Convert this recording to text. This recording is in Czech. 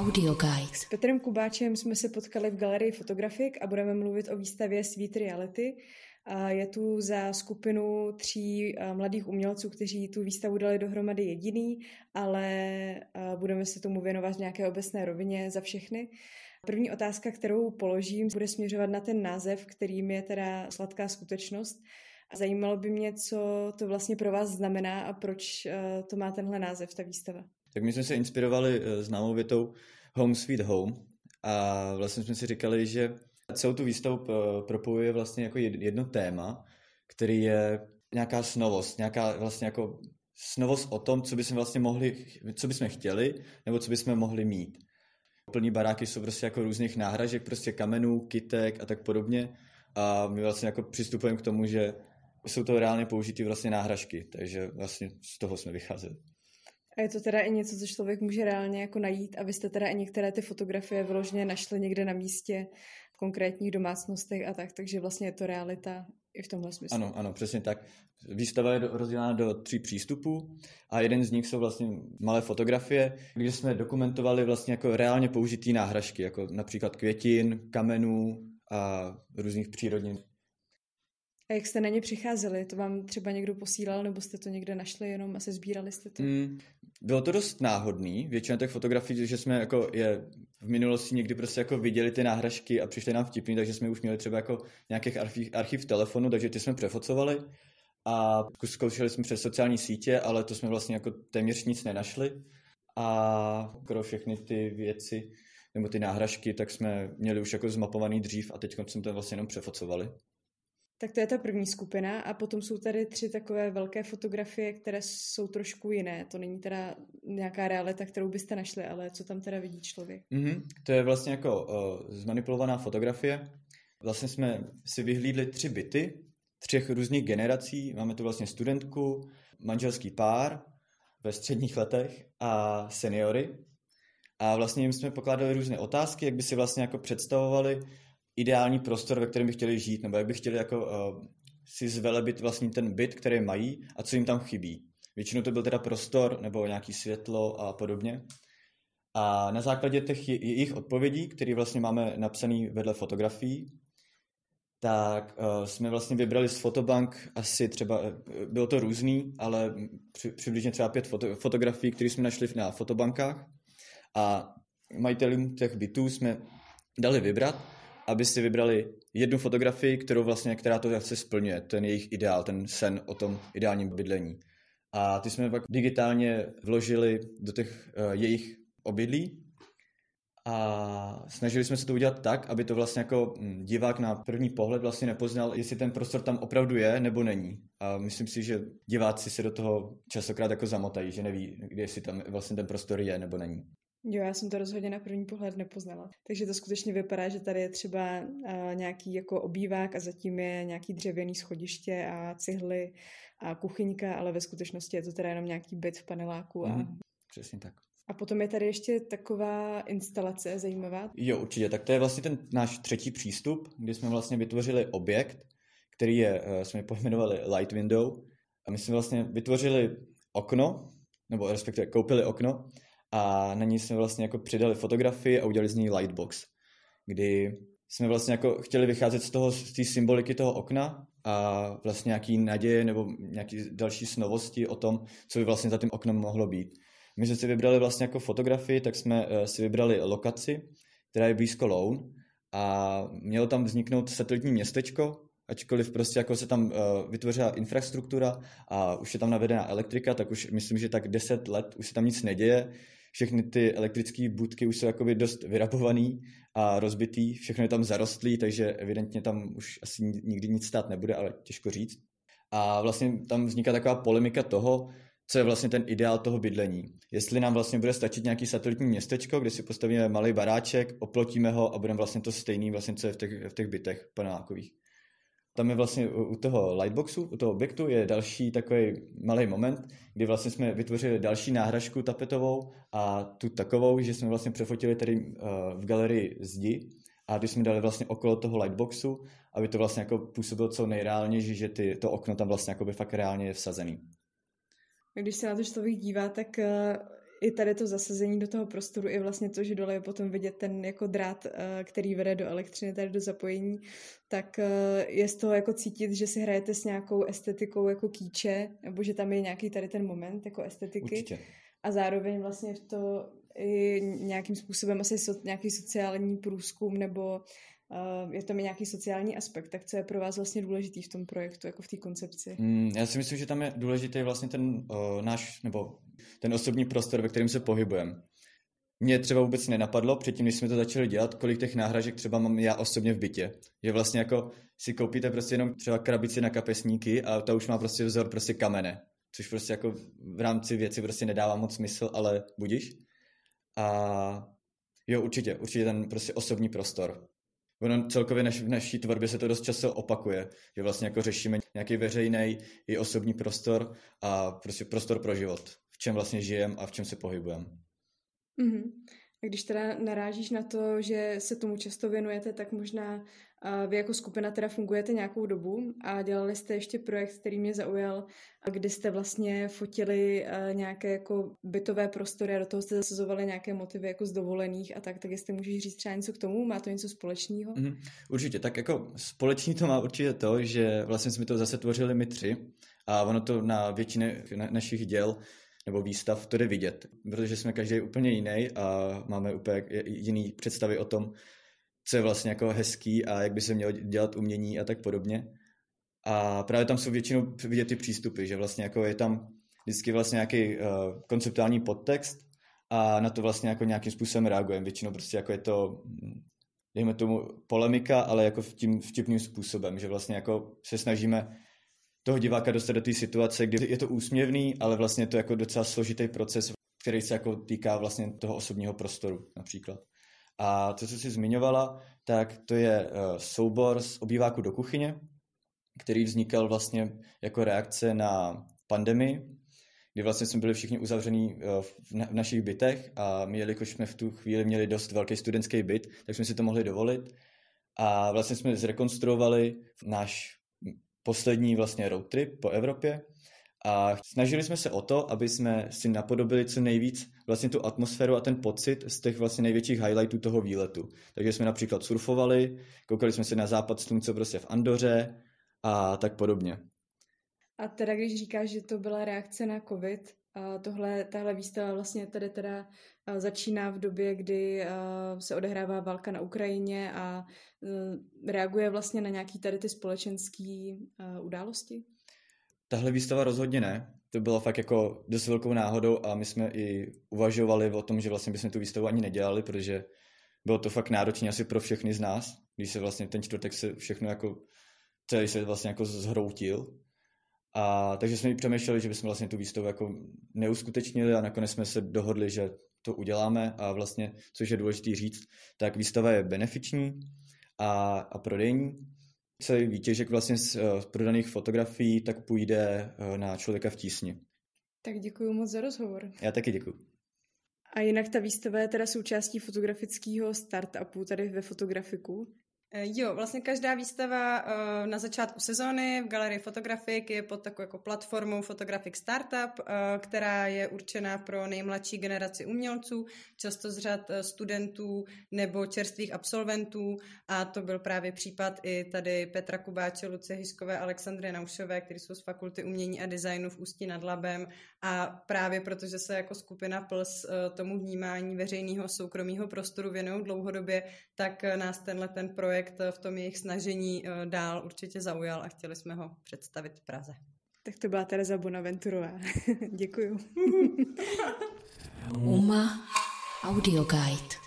Audio Guide. S Petrem Kubáčem jsme se potkali v galerii Fotografik a budeme mluvit o výstavě Sweet Reality. Je tu za skupinu 3 mladých umělců, kteří tu výstavu dali dohromady jediný, ale budeme se tomu věnovat v nějaké obecné rovině za všechny. První otázka, kterou položím, bude směřovat na ten název, kterým je teda Sladká skutečnost. Zajímalo by mě, co to vlastně pro vás znamená a proč to má tenhle název, ta výstava. Tak my jsme se inspirovali známou větou Home Sweet Home a vlastně jsme si říkali, že celou tu výstavu propojuje vlastně jako jedno téma, který je nějaká snovost, nějaká vlastně jako snovost o tom, co bychom vlastně mohli, co bychom chtěli, nebo co bychom mohli mít. Plný baráky jsou prostě jako různých náhražek, prostě kamenů, kytek a tak podobně a my vlastně jako přistupujeme k tomu, že jsou to reálně použitý vlastně náhražky, takže vlastně z toho jsme vycházeli. A je to teda i něco, co člověk může reálně jako najít a vy jste teda i některé ty fotografie vyloženě našli někde na místě v konkrétních domácnostech a tak, takže vlastně je to realita i v tomhle smyslu. Ano, přesně tak. Výstava je rozdělena do 3 přístupů a jeden z nich jsou vlastně malé fotografie, kde jsme dokumentovali vlastně jako reálně použitý náhražky, jako například květin, kamenů a různých přírodnin. A jak jste na ně přicházeli? To vám třeba někdo posílal, nebo jste to někde našli jenom a sbírali jste to? Bylo to dost náhodný. Většina těch fotografií, že jsme jako je v minulosti někdy prostě jako viděli ty náhražky a přišli nám vtipný, takže jsme už měli třeba jako nějakých archiv telefonu, takže ty jsme přefocovali a zkoušeli jsme přes sociální sítě, ale to jsme vlastně jako téměř nic nenašli a skoro všechny ty věci nebo ty náhražky, tak jsme měli už jako zmapovaný dřív a teď jsme to vlastně jenom přefocovali. Tak to je ta první skupina a potom jsou tady 3 takové velké fotografie, které jsou trošku jiné. To není teda nějaká realita, kterou byste našli, ale co tam teda vidí člověk? To je vlastně jako zmanipulovaná fotografie. Vlastně jsme si vyhlídli 3 byty, 3 různých generací. Máme tu vlastně studentku, manželský pár ve středních letech a seniory. A vlastně jim jsme pokládali různé otázky, jak by si vlastně jako představovali ideální prostor, ve kterém by chtěli žít, nebo jak by chtěli jako si zvelebit vlastně ten byt, který mají a co jim tam chybí. Většinou to byl teda prostor nebo nějaký světlo a podobně. A na základě těch jejich odpovědí, které vlastně máme napsané vedle fotografií, tak jsme vlastně vybrali z fotobank asi třeba, bylo to různý, ale přibližně třeba 5 fotografií, které jsme našli na fotobankách a majitelům těch bytů jsme dali vybrat, aby si vybrali jednu fotografii, která to zase splňuje, ten jejich ideál, ten sen o tom ideálním bydlení. A ty jsme pak digitálně vložili do těch jejich obydlí a snažili jsme se to udělat tak, aby to vlastně jako divák na první pohled vlastně nepoznal, jestli ten prostor tam opravdu je nebo není. A myslím si, že diváci se do toho častokrát jako zamotají, že neví, jestli tam vlastně ten prostor je nebo není. Jo, já jsem to rozhodně na první pohled nepoznala. Takže to skutečně vypadá, že tady je třeba nějaký jako obývák a zatím je nějaký dřevěný schodiště a cihly a kuchyňka, ale ve skutečnosti je to teda jenom nějaký byt v paneláku. Přesně tak. A potom je tady ještě taková instalace zajímavá. Jo, určitě. Tak to je vlastně ten náš 3. přístup, kdy jsme vlastně vytvořili objekt, který jsme pojmenovali Light Window. A my jsme vlastně vytvořili okno, nebo respektive koupili okno, a na ní jsme vlastně jako přidali fotografii a udělali z ní lightbox, kdy jsme vlastně jako chtěli vycházet z té symboliky toho okna a vlastně nějaký naděje nebo nějaký další snovosti o tom, co by vlastně za tím oknem mohlo být. My jsme si vybrali vlastně jako fotografii, tak jsme si vybrali lokaci, která je blízko Loun a mělo tam vzniknout satelitní městečko, ačkoliv prostě jako se tam vytvořila infrastruktura a už je tam navedená elektrika, tak už myslím, že tak 10 let už se tam nic neděje. Všechny ty elektrické budky už jsou jakoby dost vyrabovaný a rozbitý, všechno je tam zarostlý, takže evidentně tam už asi nikdy nic stát nebude, ale těžko říct. A vlastně tam vzniká taková polemika toho, co je vlastně ten ideál toho bydlení. Jestli nám vlastně bude stačit nějaký satelitní městečko, kde si postavíme malý baráček, oplotíme ho a budeme vlastně to stejný, vlastně, co je v těch bytech panelákových. Tam je vlastně u toho lightboxu, u toho objektu je další takový malý moment, kdy vlastně jsme vytvořili další náhražku tapetovou a tu takovou, že jsme vlastně přefotili tady v galerii zdi a když jsme dali vlastně okolo toho lightboxu, aby to vlastně jako působilo co nejreálnější, že to okno tam vlastně jako by fakt reálně je vsazený. Když se na to člověk dívá, tak i tady to zasazení do toho prostoru, i vlastně to, že dole je potom vidět ten jako drát, který vede do elektřiny, tady do zapojení, tak je z toho jako cítit, že si hrajete s nějakou estetikou jako kýče, nebo že tam je nějaký tady ten moment jako estetiky. Určitě. A zároveň vlastně to i nějakým způsobem asi nějaký sociální průzkum, nebo je tam i nějaký sociální aspekt, tak co je pro vás vlastně důležitý v tom projektu, jako v té koncepci? Já si myslím, že tam je důležitý vlastně ten náš, nebo ten osobní prostor, ve kterém se pohybujeme. Mně třeba vůbec nenapadlo, předtím, když jsme to začali dělat, kolik těch náhražek třeba mám já osobně v bytě. Že vlastně jako si koupíte prostě jenom třeba krabici na kapesníky a ta už má prostě vzor prostě kamene, což prostě jako v rámci věci prostě nedává moc smysl, ale budiš. A jo, určitě ten prostě osobní prostor. Ono celkově v naší tvorbě se to dost často opakuje, že vlastně jako řešíme nějaký veřejný i osobní prostor a prostě prostor pro život, v čem vlastně žijeme a v čem se pohybujeme. Mm-hmm. A když teda narážíš na to, že se tomu často věnujete, tak možná vy jako skupina teda fungujete nějakou dobu a dělali jste ještě projekt, který mě zaujal, kdy jste vlastně fotili nějaké jako bytové prostory a do toho jste zasazovali nějaké motivy jako z dovolených a tak jestli můžeš říct třeba něco k tomu, má to něco společného? Určitě, tak jako společný to má určitě to, že vlastně jsme to zase tvořili my 3 a ono to na většině našich děl nebo výstav to jde vidět, protože jsme každý úplně jiný a máme úplně jiný představy o tom, co je vlastně jako hezký a jak by se mělo dělat umění a tak podobně. A právě tam jsou většinou vidět ty přístupy, že vlastně jako je tam vždycky vlastně nějaký konceptuální podtext a na to vlastně jako nějakým způsobem reagujeme. Většinou prostě jako je to, dejme tomu, polemika, ale jako tím vtipným způsobem, že vlastně jako se snažíme toho diváka dostat do té situace, kdy je to úsměvný, ale vlastně je to jako docela složitý proces, který se jako týká vlastně toho osobního prostoru například. A to, co jsi zmiňovala, tak to je soubor z obýváku do kuchyně, který vznikal vlastně jako reakce na pandemii, kdy vlastně jsme byli všichni uzavření v našich bytech a my, jelikož jsme v tu chvíli měli dost velký studentský byt, tak jsme si to mohli dovolit. A vlastně jsme zrekonstruovali náš poslední vlastně road trip po Evropě a snažili jsme se o to, aby jsme si napodobili co nejvíc vlastně tu atmosféru a ten pocit z těch vlastně největších highlightů toho výletu. Takže jsme například surfovali, koukali jsme se na západ slunce prostě v Andoře a tak podobně. A teda když říkáš, že to byla reakce na covid, tahle výstava vlastně tady teda začíná v době, kdy se odehrává válka na Ukrajině a reaguje vlastně na nějaký tady ty společenské události? Tahle výstava rozhodně ne. To bylo fakt jako dost velkou náhodou a my jsme i uvažovali o tom, že vlastně bychom tu výstavu ani nedělali, protože bylo to fakt náročné asi pro všechny z nás, když se vlastně ten čtvrtek se všechno jako celý se vlastně jako zhroutil. A takže jsme i přemýšleli, že bychom vlastně tu výstavu jako neuskutečnili a nakonec jsme se dohodli, že to uděláme a vlastně, což je důležité říct, tak výstava je benefiční a prodejní. Celý výtěžek vlastně z prodaných fotografií tak půjde na Člověka v tísni. Tak děkuji moc za rozhovor. Já taky děkuji. A jinak ta výstava je teda součástí fotografického startupu tady ve Fotografiku. Jo, vlastně každá výstava na začátku sezóny v Galerii Fotografik je pod takovou jako platformou Photographic Startup, která je určená pro nejmladší generaci umělců, často z řad studentů nebo čerstvých absolventů a to byl právě případ i tady Petra Kubáče, Lucie Hyškové, Alexandry Naušové, kteří jsou z Fakulty umění a designu v Ústí nad Labem a právě protože se jako skupina PLS tomu vnímání veřejného soukromého prostoru věnují dlouhodobě, tak nás ten projekt v tom jejich snažení dál určitě zaujal a chtěli jsme ho představit v Praze. Tak to byla Tereza Bonaventurová. Děkuju. UMA Audio Guide.